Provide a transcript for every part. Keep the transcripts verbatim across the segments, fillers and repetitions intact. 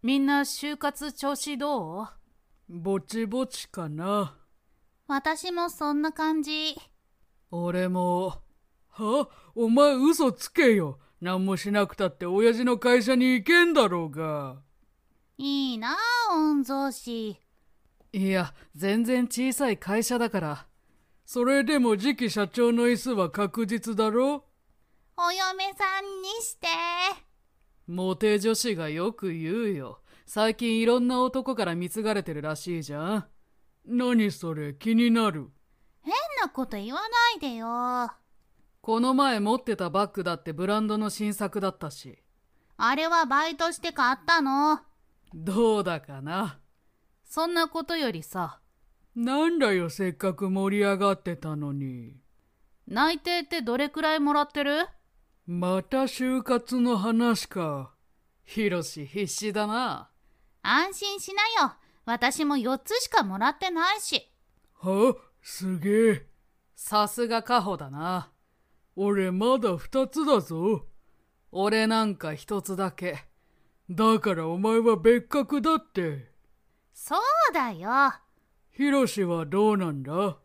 みんな就活調子どう？ ぼちぼちかな。 私もそんな感じ。 俺も。は？お前嘘つけよ。何もしなくたって親父の会社に行けんだろうが。 いいなあ、御曹司。 いや、全然小さい会社だから。それでも次期社長の椅子は確実だろ？ お嫁さんにして。 モテ女子がよく言うよ。最近いろんな男から貢がれてるらしいじゃん。何それ、気になる。 変なこと言わないでよ。 この前持ってたバッグだってブランドの新作だったし。 あれはバイトして買ったの。 どうだかな。 そんなことよりさ。 なんだよ、せっかく盛り上がってたのに。 内定ってどれくらいもらってる？ また就活の話か。ヒロシ必死だな。 安心しなよ。私もよっつしかもらってないし。 は？すげえ。 さすがカホだな。 俺まだ二つだぞ。 俺なんか一つだけ。 だからお前は別格だって。 そうだよ。 ヒロシはどうなんだ？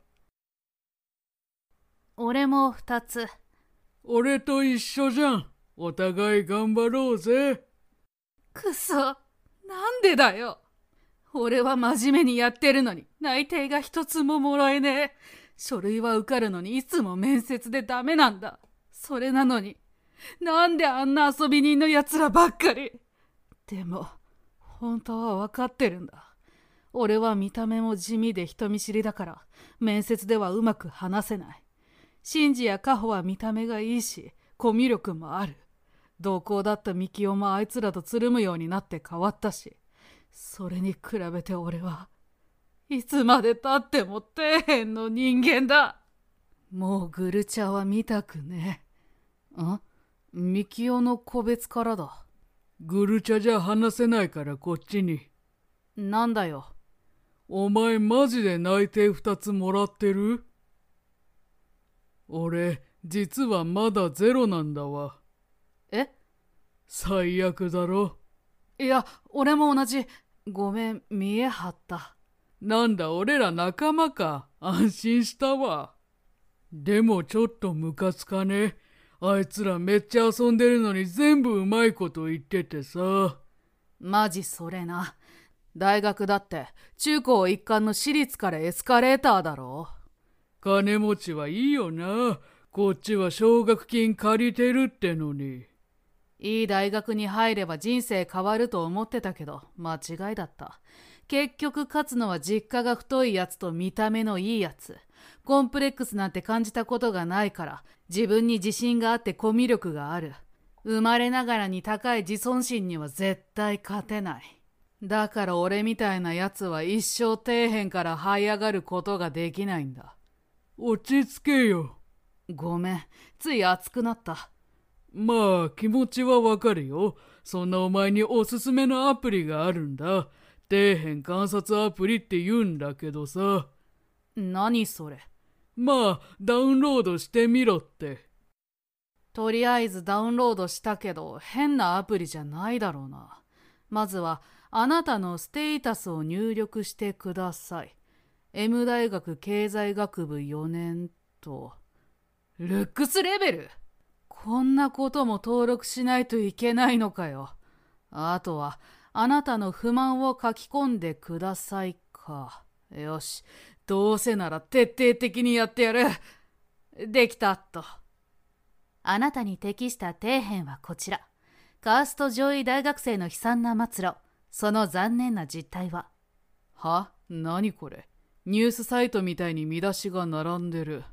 俺も二つ。 俺と一緒じゃん。お互い頑張ろうぜ。 くそ、なんでだよ。俺は真面目にやってるのに内定が一つももらえねえ。書類は受かるのにいつも面接でダメなんだ。それなのになんであんな遊び人のやつらばっかり。でも本当は分かってるんだ。俺は見た目も地味で人見知りだから面接ではうまく話せない。シンジやカホは見た目がいいしコミュ力もある。同行だったミキオもあいつらとつるむようになって変わったし、それに比べて俺はいつまでたっても底辺の人間だ。もうグルチャは見たくねえ。ん？ミキオの個別からだ。 グルチャじゃ話せないからこっちに。 なんだよ。 お前マジで内定二つもらってる？俺実はまだゼロなんだわ。 え？ 最悪だろ。 いや、俺も同じ。ごめん、見え張った。 なんだ俺ら仲間か。安心したわ。でもちょっとムカつかね。あいつらめっちゃ遊んでるのに全部うまいこと言っててさ。 マジそれな。大学だって中高一貫の私立からエスカレーターだろ。 金持ちはいいよな。こっちは奨学金借りてるってのに。 いい大学に入れば人生変わると思ってたけど間違いだった。結局勝つのは実家が太いやつと見た目のいいやつ。コンプレックスなんて感じたことがないから自分に自信があってコミュ力がある。生まれながらに高い自尊心には絶対勝てない。だから俺みたいなやつは一生底辺から這い上がることができないんだ。 落ち着けよ。 ごめん、つい熱くなった。 まあ気持ちはわかるよ。そんなお前におすすめのアプリがあるんだ。底辺観察アプリって言うんだけどさ。 何それ？ まあダウンロードしてみろって。 とりあえずダウンロードしたけど変なアプリじゃないだろうな。まずはあなたのステータスを入力してください。M 大学経済学部よねんと。ルックスレベル？こんなことも登録しないといけないのかよ。あとはあなたの不満を書き込んでくださいか。よし、どうせなら徹底的にやってやる。できたっと。あなたに適した底辺はこちら。カースト上位大学生の悲惨な末路。その残念な実態は。 は？何これ？ニュースサイトみたいに見出しが並んでる。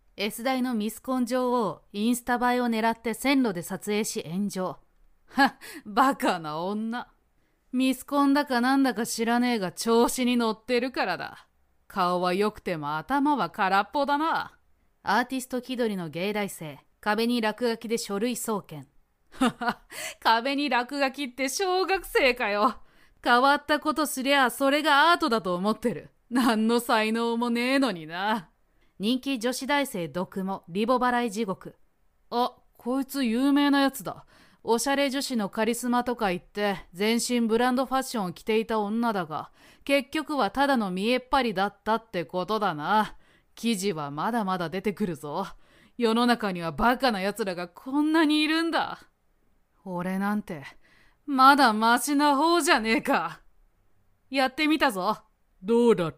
S 大のミスコン女王、インスタ映えを狙って線路で撮影し炎上。は、バカな女。ミスコンだかなんだか知らねえが調子に乗ってるからだ。顔は良くても頭は空っぽだな。アーティスト気取りの芸大生、壁に落書きで書類送検。はは、壁に落書きって小学生かよ。変わったことすりゃそれがアートだと思ってる。何の才能もねえのにな。人気女子大生毒もリボ払い地獄。あ、こいつ有名なやつだ。 おしゃれ女子のカリスマとか言って全身ブランドファッションを着ていた女だが、結局はただの見えっ張りだったってことだな。記事はまだまだ出てくるぞ。世の中にはバカな奴らがこんなにいるんだ。俺なんてまだマシな方じゃねえか。やってみたぞ。 どうだった？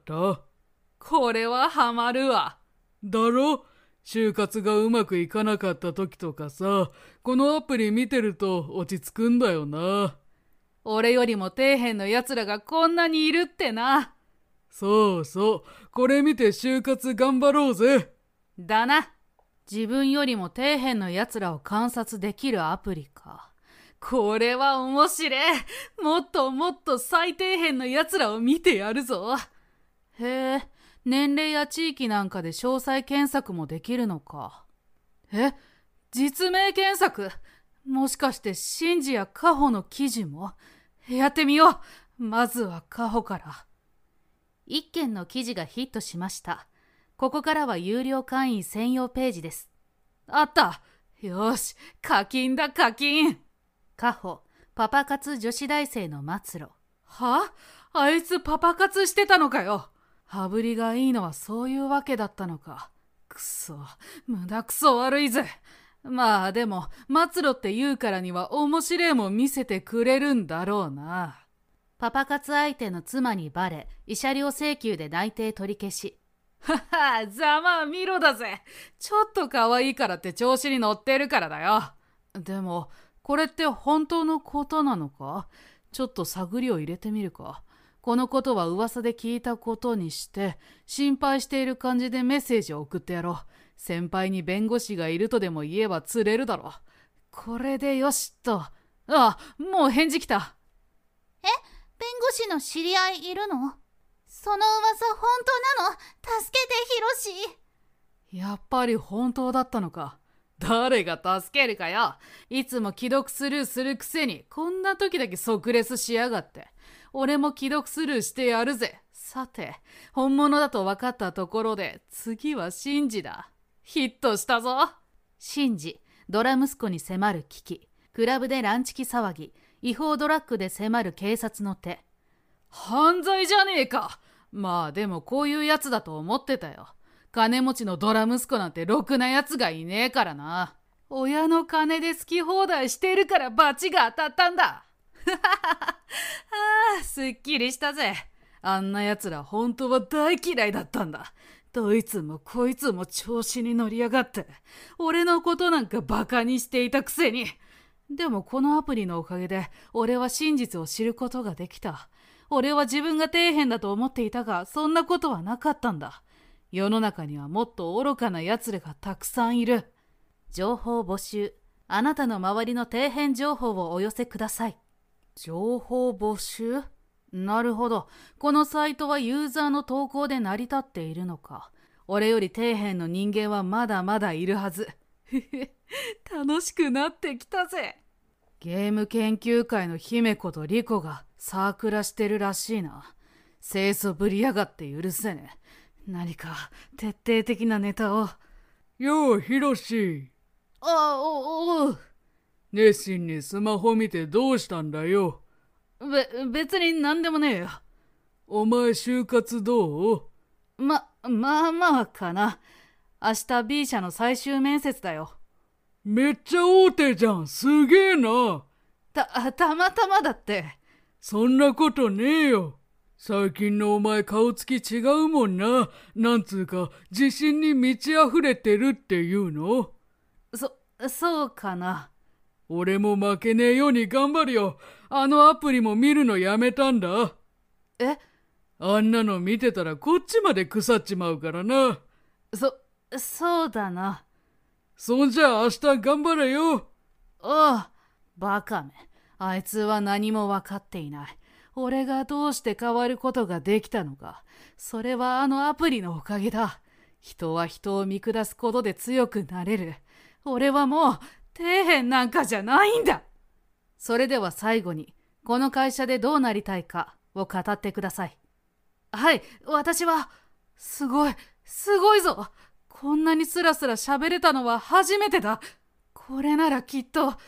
これはハマるわ。 だろ？就活がうまくいかなかった時とかさ、このアプリ見てると落ち着くんだよな。 俺よりも底辺の奴らがこんなにいるってな。 そうそう、これ見て就活頑張ろうぜ。 だな。自分よりも底辺の奴らを観察できるアプリか。これは面白い。もっともっと最底辺の奴らを見てやるぞ。へえ、年齢や地域なんかで詳細検索もできるのか。え、実名検索？もしかしてシンジやカホの記事も？やってみよう。まずはカホから。一件の記事がヒットしました。ここからは有料会員専用ページです。あった。よし、課金だ課金。カホ、パパ活女子大生の末路。は？あいつパパ活してたのかよ。羽振りがいいのはそういうわけだったのか。くそ、無駄くそ悪いぜ。まあでも、末路って言うからには面白いもん見せてくれるんだろうな。パパ活相手の妻にバレ、慰謝料請求で内定取り消し。はは、ざまあ見ろだぜ。ちょっと可愛いからって調子に乗ってるからだよ。でも、これって本当のことなのか？ちょっと探りを入れてみるか。このことは噂で聞いたことにして、心配している感じでメッセージを送ってやろう。先輩に弁護士がいるとでも言えば釣れるだろう。これでよしっと。あ、もう返事来た。 え、弁護士の知り合いいるの？その噂本当なの？助けてヒロシ。 やっぱり本当だったのか。誰が助けるかよ。いつも既読スルーするくせにこんな時だけ即レスしやがって。俺も既読スルーしてやるぜ。さて、本物だと分かったところで次はシンジだ。ヒットしたぞ。シンジ、ドラ息子に迫る危機。クラブでランチキ騒ぎ。違法ドラッグで迫る警察の手。犯罪じゃねえか。まあでもこういうやつだと思ってたよ。金持ちのドラ息子なんてろくなやつがいねえからな。親の金で好き放題してるから罰が当たったんだ。ああ、すっきりしたぜ。あんなやつら本当は大嫌いだったんだ。どいつもこいつも調子に乗りやがって、俺のことなんかバカにしていたくせに。でもこのアプリのおかげで俺は真実を知ることができた。俺は自分が底辺だと思っていたが、そんなことはなかったんだ。世の中にはもっと愚かな奴らがたくさんいる。情報募集。あなたの周りの底辺情報をお寄せください。情報募集？なるほど。このサイトはユーザーの投稿で成り立っているのか。俺より底辺の人間はまだまだいるはず。楽しくなってきたぜ。ゲーム研究会の姫子とリコがサークラしてるらしいな。清楚ぶりやがって許せねえ。何か徹底的なネタを。 よう、ヒロシ。 あ、お、おう。 熱心にスマホ見てどうしたんだよ。 べ、別に何でもねえよ。 お前就活どう？ ま、まあまあかな。明日 B 社の最終面接だよ。 めっちゃ大手じゃん。すげえな。 た、たまたまだって。 そんなことねえよ。最近のお前顔つき違うもんな。なんつうか自信に満ち溢れてるっていうの？ そ、そうかな。 俺も負けねえように頑張るよ。あのアプリも見るのやめたんだ。 え？ あんなの見てたらこっちまで腐っちまうからな。 そ、そうだな。 そんじゃ明日頑張れよ。 おう、バカめ。あいつは何も分かっていない。俺がどうして変わることができたのか。それはあのアプリのおかげだ。人は人を見下すことで強くなれる。俺はもう底辺なんかじゃないんだ。それでは最後に、この会社でどうなりたいかを語ってください。はい、私は、すごい、すごいぞ。こんなにスラスラ喋れたのは初めてだ。これならきっと、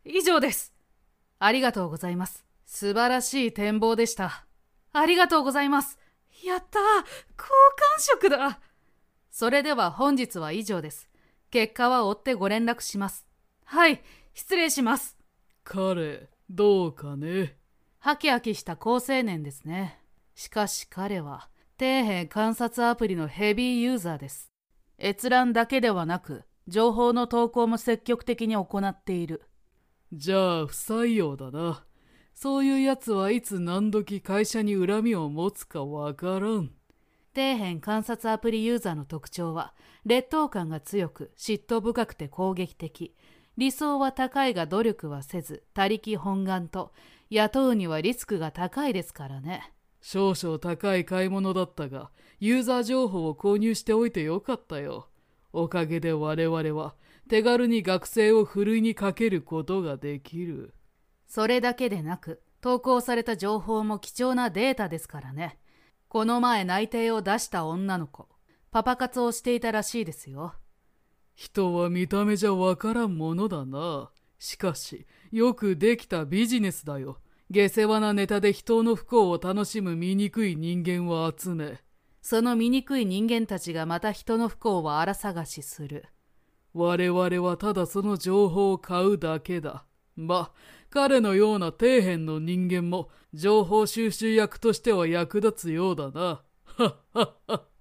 以上です。ありがとうございます。素晴らしい展望でした。ありがとうございます。やったー、好感触だ。それでは本日は以上です。結果は追ってご連絡します。はい、失礼します。 彼、どうかね。 ハキハキした好青年ですね。しかし彼は底辺観察アプリのヘビーユーザーです。閲覧だけではなく情報の投稿も積極的に行っている。 じゃあ不採用だな。そういうやつはいつ何時会社に恨みを持つかわからん。 底辺観察アプリユーザーの特徴は劣等感が強く嫉妬深くて攻撃的。理想は高いが努力はせず他力本願と雇うにはリスクが高いですからね。 少々高い買い物だったがユーザー情報を購入しておいてよかったよ。おかげで我々は手軽に学生をふるいにかけることができる。 それだけでなく投稿された情報も貴重なデータですからね。この前内定を出した女の子、パパ活をしていたらしいですよ。 人は見た目じゃわからんものだな。しかしよくできたビジネスだよ。下世話なネタで人の不幸を楽しむ醜い人間を集め、 その醜い人間たちがまた人の不幸を荒探しする。 我々はただその情報を買うだけだ。ま、彼のような底辺の人間も情報収集役としては役立つようだな。はっはっは。